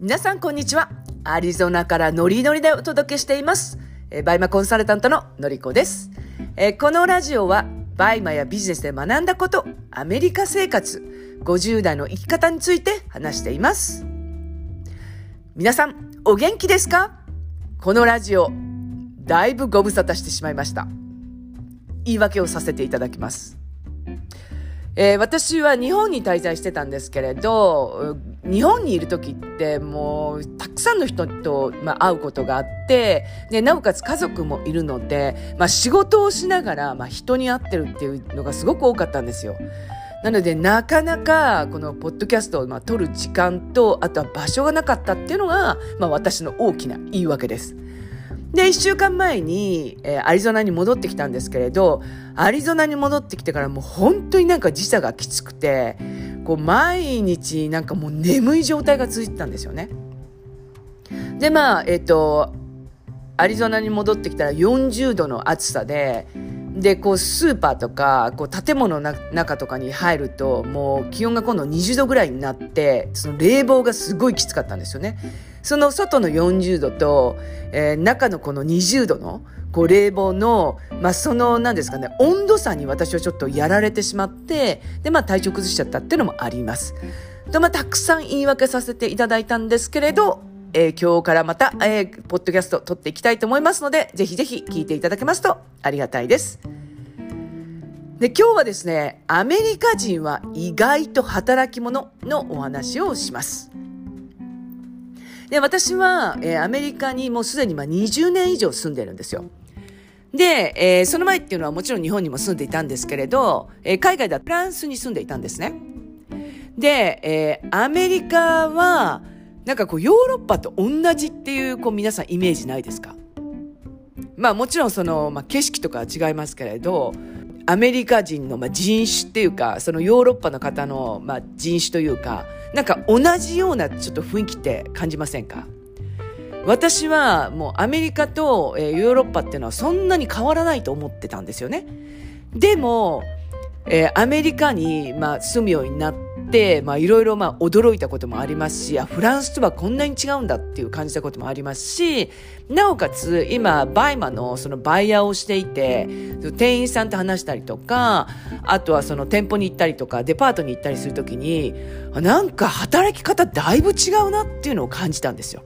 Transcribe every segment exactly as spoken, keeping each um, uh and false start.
皆さんこんにちは。アリゾナからノリノリでお届けしています、えー、バイマコンサルタントののりこです、えー、このラジオはバイマやビジネスで学んだこと、アメリカ生活、ごじゅう代の生き方について話しています。皆さんお元気ですか？このラジオだいぶご無沙汰してしまいました。言い訳をさせていただきます。えー、私は日本に滞在してたんですけれど、日本にいる時ってもうたくさんの人と、まあ、会うことがあって、でなおかつ家族もいるので、まあ、仕事をしながら、まあ、人に会ってるっていうのがすごく多かったんですよ。なのでなかなかこのポッドキャストを、まあ、撮る時間と、あとは場所がなかったっていうのが、まあ、私の大きな言い訳です。で、一週間前に、えー、アリゾナに戻ってきたんですけれど、アリゾナに戻ってきてからもう本当になんか時差がきつくて、こう毎日なんかもう眠い状態が続いてたんですよね。で、まあ、えっと、アリゾナに戻ってきたらよんじゅうどの暑さで、で、こうスーパーとか、こう建物の中とかに入ると、もう気温が今度にじゅうどぐらいになって、その冷房がすごいきつかったんですよね。その外のよんじゅうどと、えー、中のこのにじゅうどのこう冷房の、まあ、その何ですかね、温度差に私はちょっとやられてしまって、で、まあ体調崩しちゃったっていうのもあります。と、まあたくさん言い訳させていただいたんですけれど、えー、今日からまた、えー、ポッドキャスト撮っていきたいと思いますので、ぜひぜひ聞いていただけますとありがたいです。で、今日はですね、アメリカ人は意外と働き者のお話をします。で、私は、えー、アメリカにもうすでにまあにじゅうねん以上住んでるんですよ。で、えー、その前っていうのはもちろん日本にも住んでいたんですけれど、えー、海外ではフランスに住んでいたんですね。で、えー、アメリカはなんかこうヨーロッパと同じっていうこう皆さんイメージないですか？まあもちろんその、まあ、景色とかは違いますけれど、アメリカ人のまあ人種っていうか、そのヨーロッパの方のまあ人種というか、なんか同じようなちょっと雰囲気って感じませんか？私はもうアメリカとヨーロッパっていうのはそんなに変わらないと思ってたんですよね。でも、えー、アメリカにまあ住むようになって、まあいろいろまあ驚いたこともありますし、あ、フランスとはこんなに違うんだっていう感じたこともありますし、なおかつ今バイマのそのバイヤーをしていて、店員さんと話したりとか、あとはその店舗に行ったりとかデパートに行ったりするときに、なんか働き方だいぶ違うなっていうのを感じたんですよ。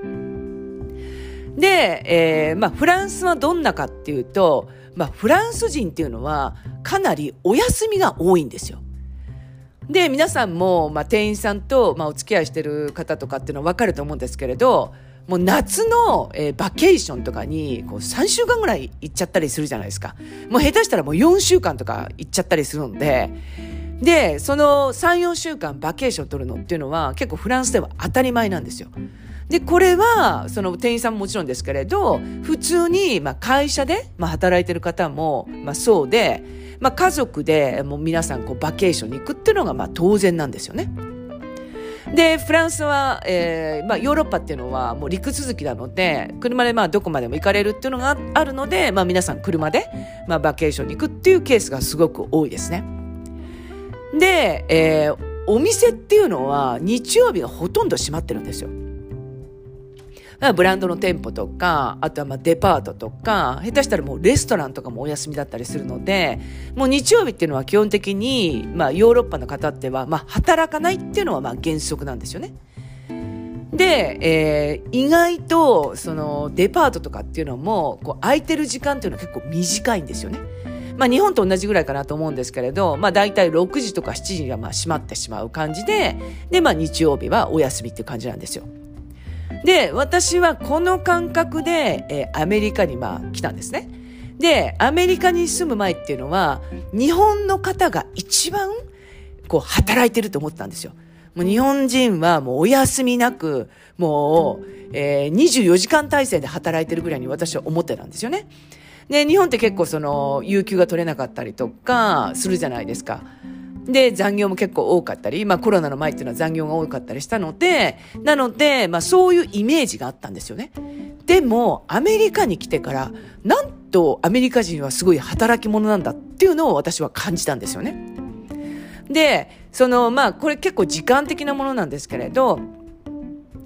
で、えー、まあフランスはどんなかっていうと、まあフランス人っていうのはかなりお休みが多いんですよ。で、皆さんも、まあ、店員さんと、まあ、お付き合いしてる方とかっていうのは分かると思うんですけれど、もう夏の、えー、バケーションとかにこうさんしゅうかんぐらい行っちゃったりするじゃないですか。もう下手したらもうよんしゅうかんとか行っちゃったりするので、で、そのさん、よんしゅうかんバケーション取るのっていうのは結構フランスでは当たり前なんですよ。で、これは、その店員さんももちろんですけれど、普通に、まあ、会社で、まあ、働いてる方も、まあ、そうで、まあ、家族で、もう皆さん、こう、バケーションに行くっていうのが、まあ、当然なんですよね。で、フランスは、えー、まあ、ヨーロッパっていうのは、もう陸続きなので、車で、まあ、どこまでも行かれるっていうのがあるので、まあ、皆さん車で、まあ、バケーションに行くっていうケースがすごく多いですね。で、えー、お店っていうのは、日曜日がほとんど閉まってるんですよ。ブランドの店舗とか、あとはまあデパートとか、下手したらもうレストランとかもお休みだったりするので、もう日曜日っていうのは基本的に、まあヨーロッパの方っては、まあ働かないっていうのはまあ原則なんですよね。で、えー、意外と、そのデパートとかっていうのも、こう空いてる時間っていうのは結構短いんですよね。まあ日本と同じぐらいかなと思うんですけれど、まあ大体ろくじとかしちじにはまあ閉まってしまう感じで、で、まあ日曜日はお休みっていう感じなんですよ。で、私はこの感覚で、えー、アメリカにまあ来たんですね。で、アメリカに住む前っていうのは、日本の方が一番こう働いてると思ったんですよ。もう日本人はもうお休みなく、もう、えー、にじゅうよじかん体制で働いてるぐらいに私は思ってたんですよね。で、日本って結構その、有給が取れなかったりとかするじゃないですか。で、残業も結構多かったり、まあコロナの前っていうのは残業が多かったりしたので、なので、まあそういうイメージがあったんですよね。でも、アメリカに来てから、なんとアメリカ人はすごい働き者なんだっていうのを私は感じたんですよね。で、その、まあこれ結構時間的なものなんですけれど、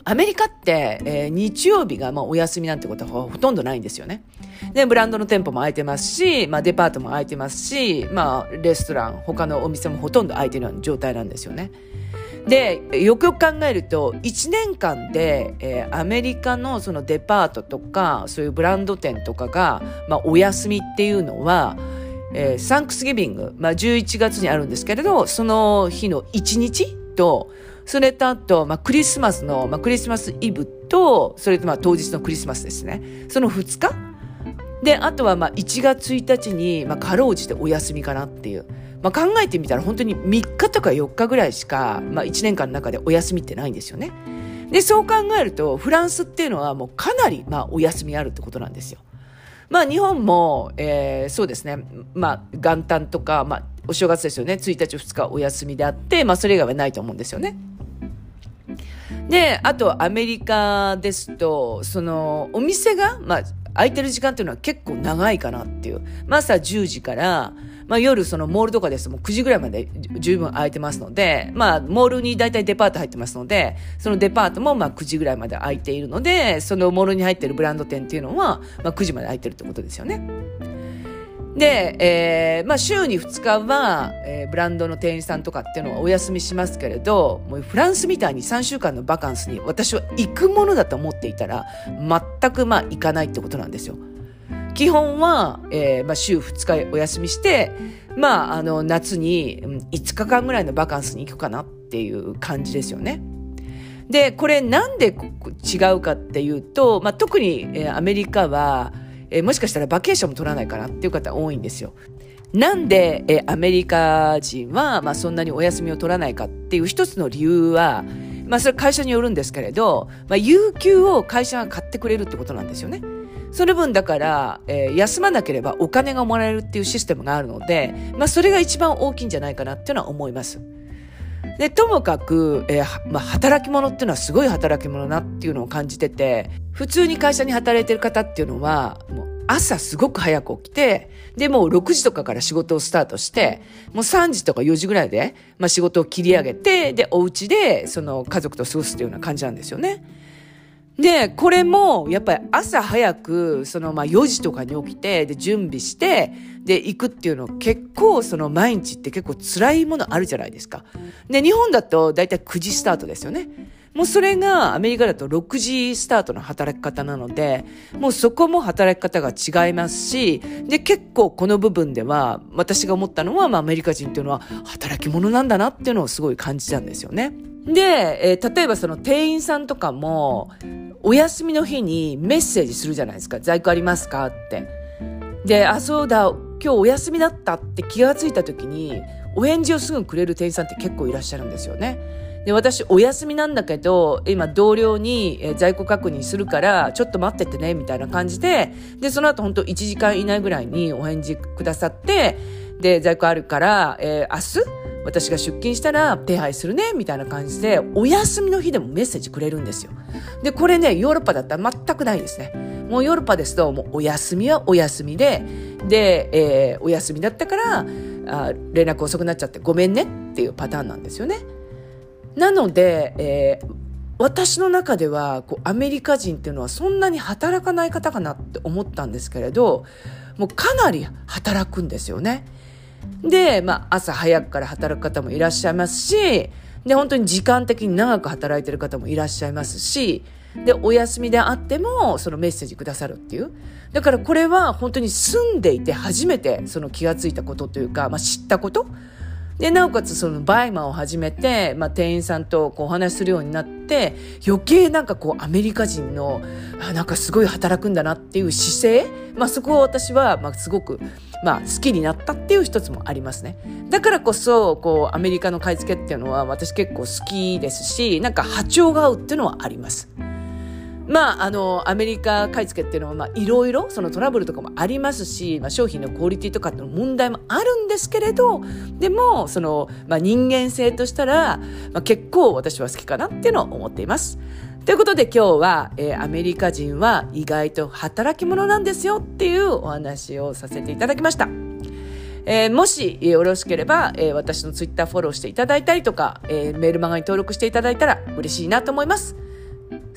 アメリカって、えー、日曜日がまあお休みなんてことはほとんどないんですよね。で、ブランドの店舗も開いてますし、まあデパートも開いてますし、まあレストラン、他のお店もほとんど開いてるような状態なんですよね。で、よくよく考えると、いちねんかんで、えー、アメリカのそのデパートとか、そういうブランド店とかが、まあお休みっていうのは、えー、サンクスギビング、まあじゅういちがつにあるんですけれど、その日のいちにちと、それとあと、まあ、クリスマスの、まあ、クリスマスイブと、それとまあ当日のクリスマスですね。そのふつかで、あとはまあいちがつついたちに、まあ、かろうじてお休みかなっていう。まあ、考えてみたら本当にみっかとかよっかぐらいしか、まあ、いちねんかんの中でお休みってないんですよね。で、そう考えると、フランスっていうのはもうかなり、まあ、お休みあるってことなんですよ。まあ、日本も、えー、そうですね。まあ、元旦とか、まあ、お正月ですよね。ついたちふつかお休みであって、まあ、それ以外はないと思うんですよね。で、あとアメリカですと、そのお店が、まあ、空いてる時間っていうのは結構長いかなっていう。まあ、朝じゅうじから、まあ、夜そのモールとかですともうくじぐらいまで十分空いてますので、まあ、モールに大体デパート入ってますので、そのデパートもまあくじぐらいまで空いているので、そのモールに入っているブランド店っていうのは、まあ、くじまで空いてるってことですよね。で、えー、まあ週にふつかは、えー、ブランドの店員さんとかっていうのはお休みしますけれど、もうフランスみたいにさんしゅうかんのバカンスに私は行くものだと思っていたら、全くまあ行かないってことなんですよ。基本は、えー、まあ週ふつかお休みして、まああの夏にいつかかんぐらいのバカンスに行くかなっていう感じですよね。で、これなんで違うかっていうと、まあ特に、えー、アメリカは、えー、もしかしたらバケーションも取らないかなっていう方多いんですよ。なんで、えー、アメリカ人は、まあ、そんなにお休みを取らないかっていう一つの理由は、まあ、それ会社によるんですけれど、まあ、有給を会社が買ってくれるってことなんですよね。その分だから、えー、休まなければお金がもらえるっていうシステムがあるので、まあ、それが一番大きいんじゃないかなっていうのは思います。で、ともかく、えーまあ、働き者っていうのはすごい働き者なっていうのを感じてて、普通に会社に働いてる方っていうのは、もう朝すごく早く起きて、で、もうろくじとかから仕事をスタートして、もうさんじとかよじぐらいで、まあ、仕事を切り上げて、で、お家で、その家族と過ごすっていうような感じなんですよね。で、これも、やっぱり朝早く、その、まあ、よじとかに起きて、で、準備して、で、行くっていうの結構、その、毎日って結構辛いものあるじゃないですか。で、日本だとだいたいくじスタートですよね。もうそれがアメリカだとろくじスタートの働き方なので、もうそこも働き方が違いますし、で、結構この部分では、私が思ったのは、まあ、アメリカ人っていうのは働き者なんだなっていうのをすごい感じたんですよね。で、えー、例えばその店員さんとかも、お休みの日にメッセージするじゃないですか。在庫ありますかって。で、あ、そうだ、今日お休みだったって気がついた時に、お返事をすぐくれる店員さんって結構いらっしゃるんですよね。で、私お休みなんだけど、今同僚に、えー、在庫確認するから、ちょっと待っててね、みたいな感じで、で、その後本当いちじかん以内ぐらいにお返事くださって、で、在庫あるから、えー、明日私が出勤したら手配するね、みたいな感じで、お休みの日でもメッセージくれるんですよ。で、これね、ヨーロッパだったら全くないですね。もうヨーロッパですと、もうお休みはお休みで、で、えー、お休みだったから、あ、連絡遅くなっちゃってごめんねっていうパターンなんですよね。なので、えー、私の中ではこうアメリカ人っていうのはそんなに働かない方かなって思ったんですけれど、もうかなり働くんですよね。で、まあ、朝早くから働く方もいらっしゃいますし、で、本当に時間的に長く働いてる方もいらっしゃいますし、で、お休みであってもそのメッセージくださるっていう。だからこれは本当に住んでいて初めてその気がついたことというか、まあ、知ったことで、なおかつそのバイマーを始めて、まあ、店員さんとこうお話しするようになって、余計なんかこうアメリカ人の、あ、なんかすごい働くんだなっていう姿勢、まあ、そこを私はまあすごく、まあ、好きになったっていう一つもありますね。だからこそ、こうアメリカの買い付けっていうのは私結構好きですし、なんか波長が合うっていうのはあります。まあ、あの、アメリカ買い付けっていうのは、まあ、いろいろ、そのトラブルとかもありますし、まあ、商品のクオリティとかっていう問題もあるんですけれど、でも、その、まあ、人間性としたら、まあ、結構私は好きかなっていうのを思っています。ということで今日は、えー、アメリカ人は意外と働き者なんですよっていうお話をさせていただきました。えー、もしよろしければ、えー、私のツイッターフォローしていただいたりとか、えー、メールマガに登録していただいたら嬉しいなと思います。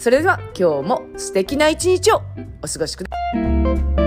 それでは今日も素敵な一日をお過ごしください。